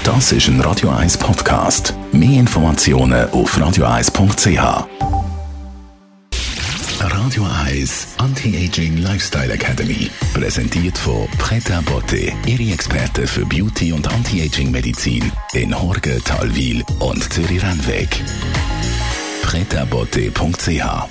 Das ist ein Radio 1 Podcast. Mehr Informationen auf radio1.ch. Radio 1 Anti-Aging Lifestyle Academy. Präsentiert von Pret à Beauté. Ihre Experten für Beauty- und Anti-Aging-Medizin in Horgen, Talwil und Zürich-Rennweg. Pret-à-beauté.ch.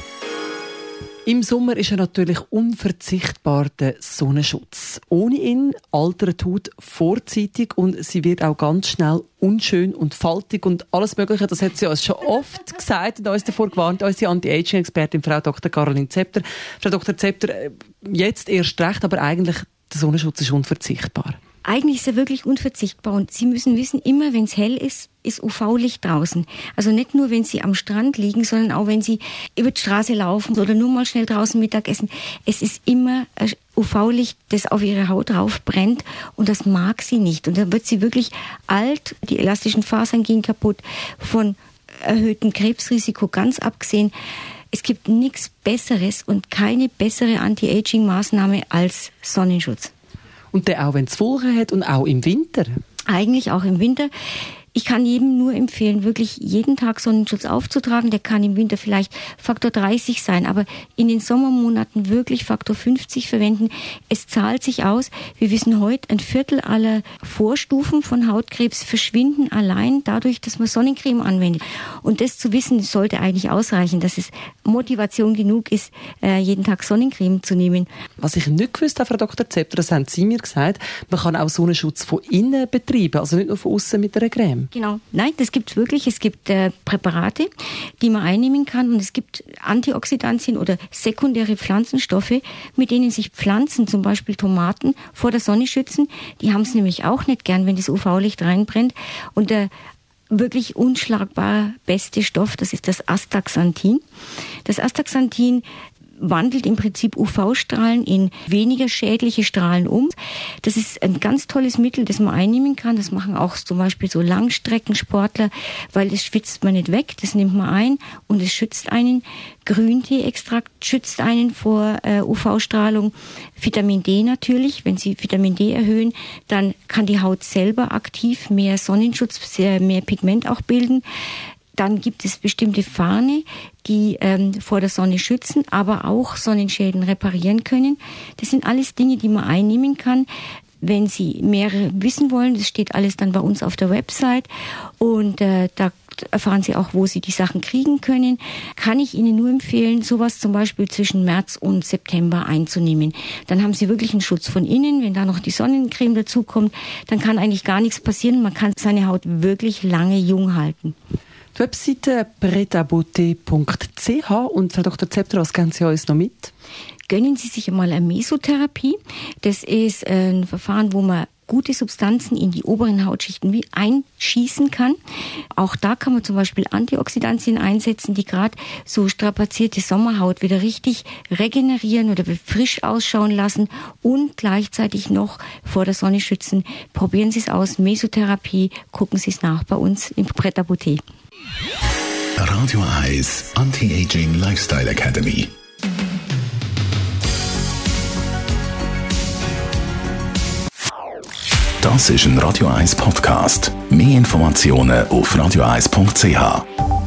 Im Sommer ist er natürlich unverzichtbar der Sonnenschutz. Ohne ihn altert die Haut vorzeitig und sie wird auch ganz schnell unschön und faltig und alles Mögliche. Das hat sie uns schon oft gesagt und uns davor gewarnt, unsere Anti-Aging-Expertin Frau Dr. Caroline Zepter. Frau Dr. Zepter, jetzt erst recht, aber eigentlich der Sonnenschutz ist unverzichtbar. Eigentlich ist er wirklich unverzichtbar und Sie müssen wissen, immer wenn es hell ist, ist UV-Licht draußen. Also nicht nur, wenn Sie am Strand liegen, sondern auch, wenn Sie über die Straße laufen oder nur mal schnell draußen Mittag essen. Es ist immer UV-Licht, das auf Ihre Haut drauf brennt und das mag sie nicht. Und dann wird sie wirklich alt, die elastischen Fasern gehen kaputt, von erhöhtem Krebsrisiko ganz abgesehen. Es gibt nichts Besseres und keine bessere Anti-Aging-Maßnahme als Sonnenschutz. Und der auch, wenn es Wolken hat und auch im Winter? Eigentlich auch im Winter. Ich kann jedem nur empfehlen, wirklich jeden Tag Sonnenschutz aufzutragen. Der kann im Winter vielleicht Faktor 30 sein, aber in den Sommermonaten wirklich Faktor 50 verwenden. Es zahlt sich aus. Wir wissen heute, 1/4 aller Vorstufen von Hautkrebs verschwinden allein dadurch, dass man Sonnencreme anwendet. Und das zu wissen, sollte eigentlich ausreichen, dass es Motivation genug ist, jeden Tag Sonnencreme zu nehmen. Was ich nicht gewusst habe, Frau Dr. Zepter, das haben Sie mir gesagt, man kann auch Sonnenschutz von innen betreiben, also nicht nur von außen mit einer Creme. Genau. Nein, das gibt's wirklich. Es gibt Präparate, die man einnehmen kann und es gibt Antioxidantien oder sekundäre Pflanzenstoffe, mit denen sich Pflanzen, zum Beispiel Tomaten, vor der Sonne schützen. Die haben es nämlich auch nicht gern, wenn das UV-Licht reinbrennt. Und der wirklich unschlagbar beste Stoff, das ist das Astaxanthin. Das Astaxanthin wandelt im Prinzip UV-Strahlen in weniger schädliche Strahlen um. Das ist ein ganz tolles Mittel, das man einnehmen kann. Das machen auch zum Beispiel so Langstreckensportler, weil das schwitzt man nicht weg, das nimmt man ein und es schützt einen. Grüntee-Extrakt schützt einen vor UV-Strahlung. Vitamin D natürlich, wenn Sie Vitamin D erhöhen, dann kann die Haut selber aktiv mehr Sonnenschutz, mehr Pigment auch bilden. Dann gibt es bestimmte Farne, die vor der Sonne schützen, aber auch Sonnenschäden reparieren können. Das sind alles Dinge, die man einnehmen kann. Wenn Sie mehr wissen wollen, das steht alles dann bei uns auf der Website und da erfahren Sie auch, wo Sie die Sachen kriegen können. Kann ich Ihnen nur empfehlen, sowas zum Beispiel zwischen März und September einzunehmen. Dann haben Sie wirklich einen Schutz von innen. Wenn da noch die Sonnencreme dazukommt, dann kann eigentlich gar nichts passieren. Man kann seine Haut wirklich lange jung halten. Die Webseite pret-à-beauté.ch und Frau Dr. Zepter, was geben Sie uns noch mit? Gönnen Sie sich einmal eine Mesotherapie. Das ist ein Verfahren, wo man gute Substanzen in die oberen Hautschichten wie einschießen kann. Auch da kann man zum Beispiel Antioxidantien einsetzen, die gerade so strapazierte Sommerhaut wieder richtig regenerieren oder frisch ausschauen lassen und gleichzeitig noch vor der Sonne schützen. Probieren Sie es aus, Mesotherapie, gucken Sie es nach bei uns im Pret à Beauté. Radio 1 Anti-Aging Lifestyle Academy. Das ist ein Radio 1 Podcast. Mehr Informationen auf radio1.ch.